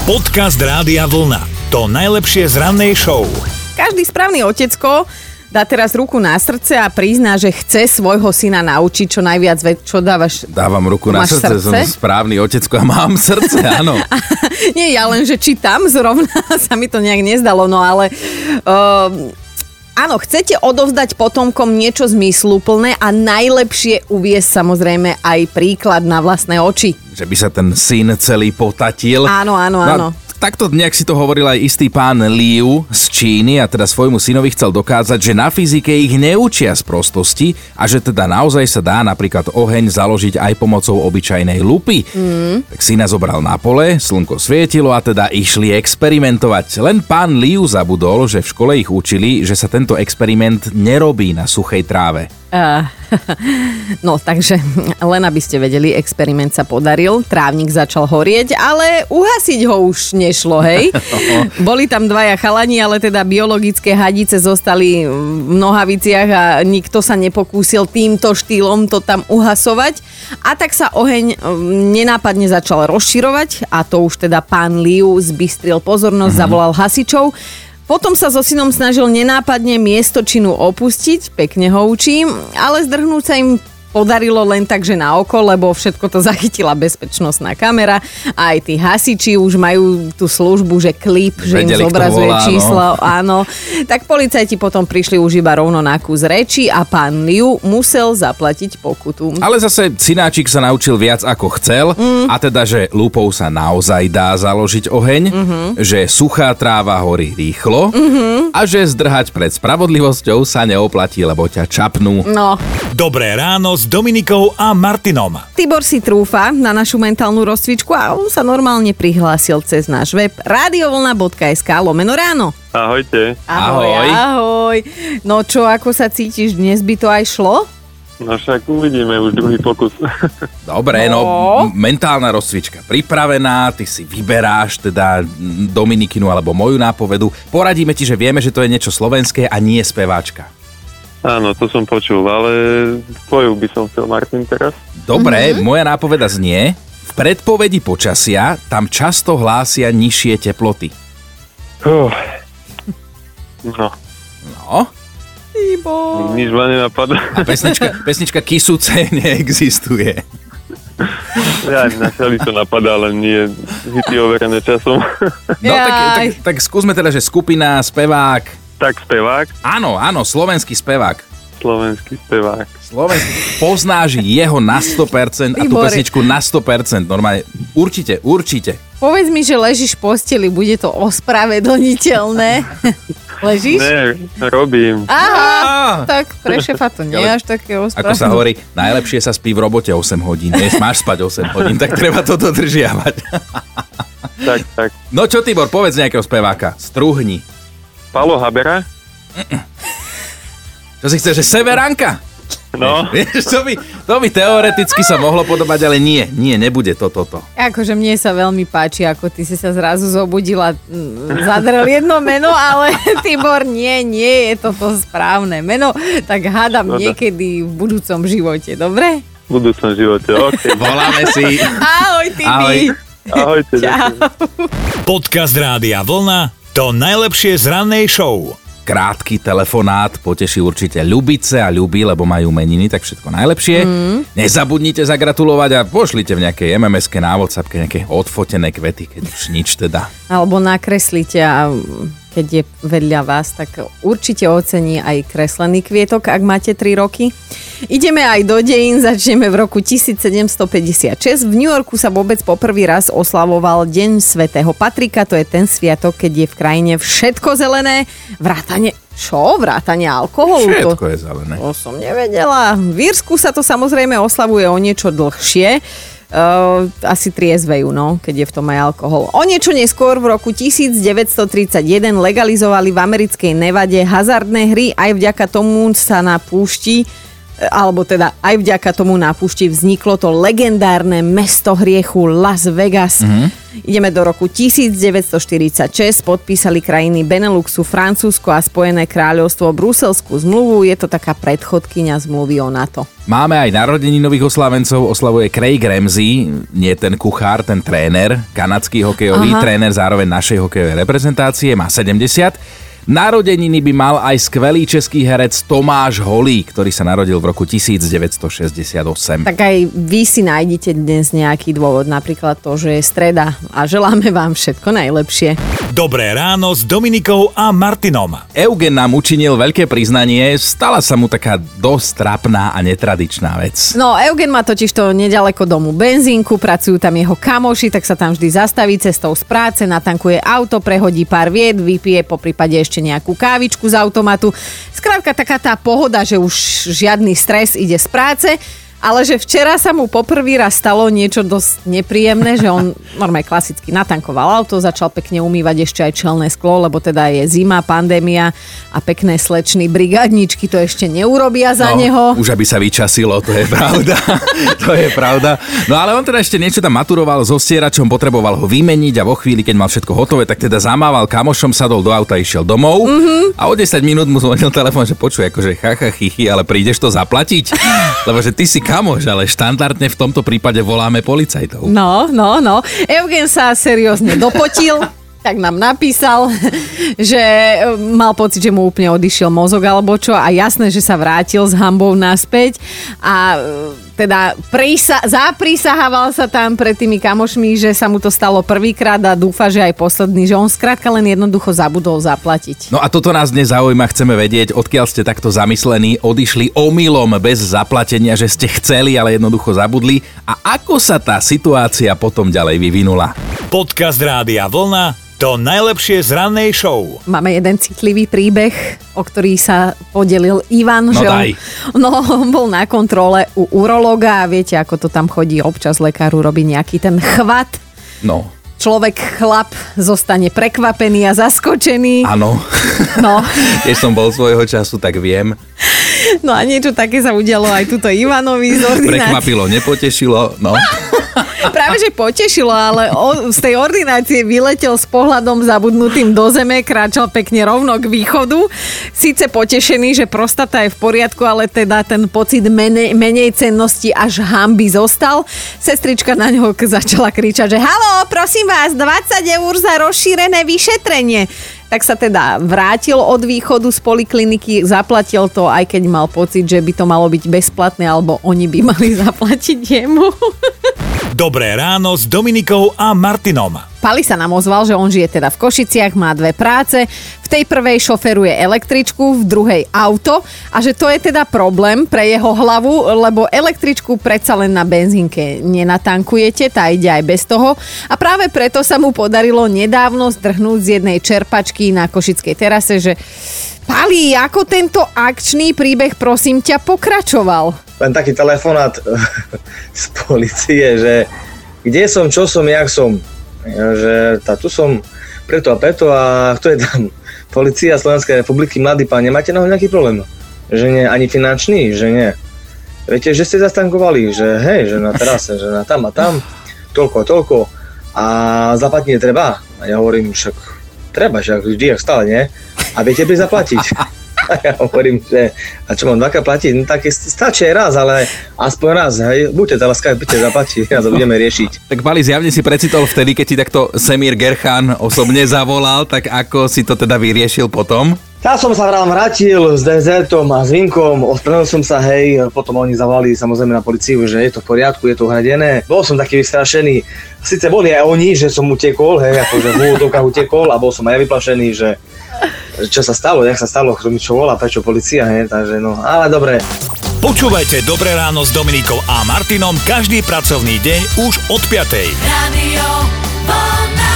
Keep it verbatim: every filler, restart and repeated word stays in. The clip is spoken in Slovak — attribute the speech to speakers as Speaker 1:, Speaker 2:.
Speaker 1: Podcast Rádia Vlna. To najlepšie z rannej show.
Speaker 2: Každý správny otecko dá teraz ruku na srdce a prizná, že chce svojho syna naučiť čo najviac vec. Čo dávaš?
Speaker 3: Dávam ruku na srdce, srdce, som správny otecko a mám srdce, áno.
Speaker 2: Nie, ja len, že či tam zrovna sa mi to nejak nezdalo, no ale... Uh, Áno, chcete odovzdať potomkom niečo zmysluplné a najlepšie uviesť samozrejme aj príklad na vlastné oči.
Speaker 3: Že by sa ten syn celý potatil.
Speaker 2: Áno, áno, áno.
Speaker 3: No, takto nejak si to hovoril aj istý pán Liu z Číny a teda svojmu synovi chcel dokázať, že na fyzike ich neučia z prostosti a že teda naozaj sa dá napríklad oheň založiť aj pomocou obyčajnej lupy. Mm. Tak syna zobral na pole, slnko svietilo a teda išli experimentovať. Len pán Liu zabudol, že v škole ich učili, že sa tento experiment nerobí na suchej tráve. Uh,
Speaker 2: no, takže len aby ste vedeli, experiment sa podaril, trávnik začal horieť, ale uhasiť ho už nešlo, hej? Boli tam dvaja chalani, ale teda biologické hadice zostali v nohaviciach a nikto sa nepokúsil týmto štýlom to tam uhasovať. A tak sa oheň nenápadne začal rozširovať a to už teda pán Liu zbystril pozornosť, uh-huh. zavolal hasičov. Potom sa so synom snažil nenápadne miestočinu opustiť, pekne ho učím, ale zdrhnúť sa im podarilo len tak, že na oko, lebo všetko to zachytila bezpečnostná kamera a aj tí hasiči už majú tú službu, že klip, že im zobrazuje číslo, áno. Tak policajti potom prišli už iba rovno na kus reči a pán Liu musel zaplatiť pokutu.
Speaker 3: Ale zase synáčik sa naučil viac ako chcel mm. a teda, že lúpou sa naozaj dá založiť oheň, mm-hmm. že suchá tráva horí rýchlo mm-hmm. a že zdrhať pred spravodlivosťou sa neoplatí, lebo ťa čapnú.
Speaker 2: No.
Speaker 1: Dobré ráno s Dominikou a Martinom.
Speaker 2: Tibor si trúfa na našu mentálnu rozcvičku a on sa normálne prihlásil cez náš web radiovlna bodka es ká lomeno ráno.
Speaker 4: Ahojte.
Speaker 2: Ahoj, ahoj. ahoj. No čo, ako sa cítiš? Dnes by to aj šlo?
Speaker 4: No však uvidíme, už druhý pokus.
Speaker 3: Dobre, no, no mentálna rozcvička pripravená, ty si vyberáš teda Dominikinu alebo moju nápovedu. Poradíme ti, že vieme, že to je niečo slovenské a nie speváčka.
Speaker 4: Áno, to som počul, ale tvoju by som chcel, Martin, teraz.
Speaker 3: Dobre, mm-hmm. moja nápoveda znie, v predpovedi počasia tam často hlásia nižšie teploty.
Speaker 4: Uh. No.
Speaker 3: No?
Speaker 2: Ibo.
Speaker 4: Nič ma nenapadá.
Speaker 3: A pesnička, pesnička Kysúce neexistuje.
Speaker 4: Ja, na celý to napadá, ale nie hity overené časom.
Speaker 3: No tak, tak, tak skúsme teda, že skupina, spevák.
Speaker 4: Tak spevák?
Speaker 3: Áno, áno, slovenský spevák.
Speaker 4: Slovenský spevák.
Speaker 3: Slovenský. Poznáš jeho na sto percent a tú pesničku na sto percent. Normálne, určite, určite.
Speaker 2: Povedz mi, že ležíš v posteli, bude to ospravedlniteľné. Ležíš?
Speaker 4: Ne, robím.
Speaker 2: Aha, tak pre šefa to nie je až také ospravedlné.
Speaker 3: Ako sa hovorí, najlepšie sa spí v robote osem hodín. Vieš, máš spať osem hodín, tak treba to dodržiavať.
Speaker 4: Tak, tak.
Speaker 3: No čo, Tibor, povedz nejakého speváka. Struhni.
Speaker 4: Palo Habera?
Speaker 3: Čo si chceš, že Severanka?
Speaker 4: No.
Speaker 3: Vieš, to by, to by teoreticky sa mohlo podobať, ale nie, nie, nebude to toto.
Speaker 2: Akože mne sa veľmi páči, ako ty si sa zrazu zobudila, zadrel jedno meno, ale Tibor, nie, nie je toto správne meno, tak hádam no, niekedy v budúcom živote, dobre?
Speaker 4: V budúcom živote, ok.
Speaker 3: Voláme si.
Speaker 2: Ahoj, Tibi.
Speaker 3: Ahoj.
Speaker 4: Ahojte.
Speaker 2: Čau.
Speaker 1: Podcast Rádia Vlna. To najlepšie z rannej show.
Speaker 3: Krátky telefonát poteší určite Ľubice a Ľuby, lebo majú meniny, tak všetko najlepšie. Mm. Nezabudnite zagratulovať a pošlite v nejakej em em eske na WhatsAppke nejaké odfotené kvety, keď už nič teda. Alebo
Speaker 2: nakreslite a keď je vedľa vás, tak určite ocení aj kreslený kvietok, ak máte tri roky. Ideme aj do dejín, začneme v roku tisícsedemstopäťdesiatšesť. V New Yorku sa vôbec poprvý raz oslavoval Deň svätého Patrika, to je ten sviatok, keď je v krajine všetko zelené, vrátane, čo? Vrátane alkoholu?
Speaker 3: Všetko je zelené.
Speaker 2: To som nevedela. V Írsku sa to samozrejme oslavuje o niečo dlhšie. Uh, asi triezvejú, no, keď je v tom aj alkohol. O niečo neskôr v roku devätnásťtridsaťjeden legalizovali v americkej Nevade hazardné hry, aj vďaka tomu sa na púšti alebo teda aj vďaka tomu na púšti vzniklo to legendárne mesto hriechu Las Vegas. Mm-hmm. Ideme do roku devätnásťstoštyridsaťšesť, podpísali krajiny Beneluxu, Francúzsko a Spojené kráľovstvo Bruselskú zmluvu, je to taká predchodkyňa zmluvy o NATO.
Speaker 3: Máme aj narodeninových oslávencov, oslavuje Craig Ramsey, nie ten kuchár, ten tréner, kanadský hokejový Aha. tréner, zároveň našej hokejovej reprezentácie, má sedemdesiat. Narodeniny by mal aj skvelý český herec Tomáš Holý, ktorý sa narodil v roku devätnásťstošesťdesiatosem.
Speaker 2: Tak aj vy si nájdete dnes nejaký dôvod, napríklad to, že je streda a želáme vám všetko najlepšie.
Speaker 1: Dobré ráno s Dominikou a Martinom.
Speaker 3: Eugen nám učinil veľké priznanie, stala sa mu taká dosť trapná a netradičná vec.
Speaker 2: No, Eugen má totiž to nedaleko domu benzínku, pracujú tam jeho kamoši, tak sa tam vždy zastaví cestou z práce, natankuje auto, prehodí pár vied, vypije poprípade ešte nejakú kávičku z automatu. Skrátka taká tá pohoda, že už žiadny stres, ide z práce. Ale že včera sa mu poprvý raz stalo niečo dosť nepríjemné, že on normálne klasicky natankoval auto, začal pekne umývať ešte aj čelné sklo, lebo teda je zima, pandémia a pekné slečny brigádničky to ešte neurobia za
Speaker 3: no,
Speaker 2: neho.
Speaker 3: Už aby sa vyčasilo, to je pravda. To je pravda. No ale on teda ešte niečo tam maturoval so stieračom, potreboval ho vymeniť a vo chvíli, keď mal všetko hotové, tak teda zamával kamošom, sadol do auta, išiel domov mm-hmm. a o desať minút mu zvonil telefón, že počuj, akože chacha chichy, ale prídeš to zaplatiť? Lebo že ty si kamoš, ale štandardne v tomto prípade voláme policajtov.
Speaker 2: No, no, no. Eugen sa seriózne dopotil, tak nám napísal, že mal pocit, že mu úplne odišiel mozog alebo čo a jasné, že sa vrátil s hanbou naspäť a teda prísa- zaprísahával sa tam pred tými kamošmi, že sa mu to stalo prvýkrát a dúfa, že aj posledný, že on skrátka len jednoducho zabudol zaplatiť.
Speaker 3: No a toto nás dnes zaujíma, chceme vedieť, odkiaľ ste takto zamyslení, odišli omylom bez zaplatenia, že ste chceli, ale jednoducho zabudli a ako sa tá situácia potom ďalej vyvinula.
Speaker 1: Podcast Rádia Vlna, to najlepšie z rannej show.
Speaker 2: Máme jeden citlivý príbeh, o ktorý sa podelil Ivan,
Speaker 3: no
Speaker 2: že
Speaker 3: daj.
Speaker 2: On, no, on bol na kontrole u urológa a viete, ako to tam chodí, občas lekáru robí nejaký ten chvat.
Speaker 3: No.
Speaker 2: Človek, chlap, zostane prekvapený a zaskočený.
Speaker 3: Áno.
Speaker 2: No.
Speaker 3: Keď som bol svojho času, tak viem.
Speaker 2: No a niečo také sa udialo aj tuto Ivanovi z ordinácie.
Speaker 3: Prekvapilo, nepotešilo, no.
Speaker 2: Práve, že potešilo, ale on z tej ordinácie vyletel s pohľadom zabudnutým do zeme, kráčal pekne rovno k východu. Síce potešený, že prostata je v poriadku, ale teda ten pocit menej, menej cennosti až hanby zostal. Sestrička na ňo začala kričať, že haló, prosím vás, dvadsať eur za rozšírené vyšetrenie. Tak sa teda vrátil od východu z polikliniky, zaplatil to, aj keď mal pocit, že by to malo byť bezplatné, alebo oni by mali zaplatiť jemu.
Speaker 1: Dobré ráno s Dominikou a Martinom.
Speaker 2: Pali sa nám ozval, že on žije teda v Košiciach, má dve práce. V tej prvej šoferuje električku, v druhej auto a že to je teda problém pre jeho hlavu, lebo električku predsa len na benzínke nenatankujete, tá ide aj bez toho. A práve preto sa mu podarilo nedávno zdrhnúť z jednej čerpačky na košickej terase, že Pali, ako tento akčný príbeh, prosím ťa, pokračoval?
Speaker 5: Len taký telefonát z polície, že kde som, čo som, jak som. Že tá, tu som preto a preto a kto je tam? Polícia Slovenskej republiky, mladý pán, nemáte na ho nejaký problém? Že nie, ani finančný, že nie. Viete, že ste zastankovali, že hej, že na terase, že na tam a tam, toľko a toľko a zaplatiť netreba. A ja hovorím, však treba, však vždy, jak stále, nie? A viete by zaplatiť. A ja hovorím, že a čo mám dvakrát platiť? No tak stačí raz, ale aspoň raz, hej, buďte láskaví, buďte zaplatiť, ja to budeme riešiť.
Speaker 3: Tak Pali, zjavne si precitol vtedy, keď ti takto Semír Gerchan osobne zavolal, tak ako si to teda vyriešil potom?
Speaker 5: Ja som sa vrátil s dezertom a s vinkom, ospravedlnil som sa, hej, potom oni zavolali samozrejme na políciu, že je to v poriadku, je to uhradené. Bol som taký vystrašený, síce boli aj oni, že som utekol, hej, akože v úvodovkách utekol a bol som aj vyplašený, že čo sa stalo, jak sa stalo, kto mi čo volá, prečo polícia, hej, takže no, ale dobre.
Speaker 1: Počúvajte Dobré ráno s Dominikou a Martinom každý pracovný deň už od piatej. Radio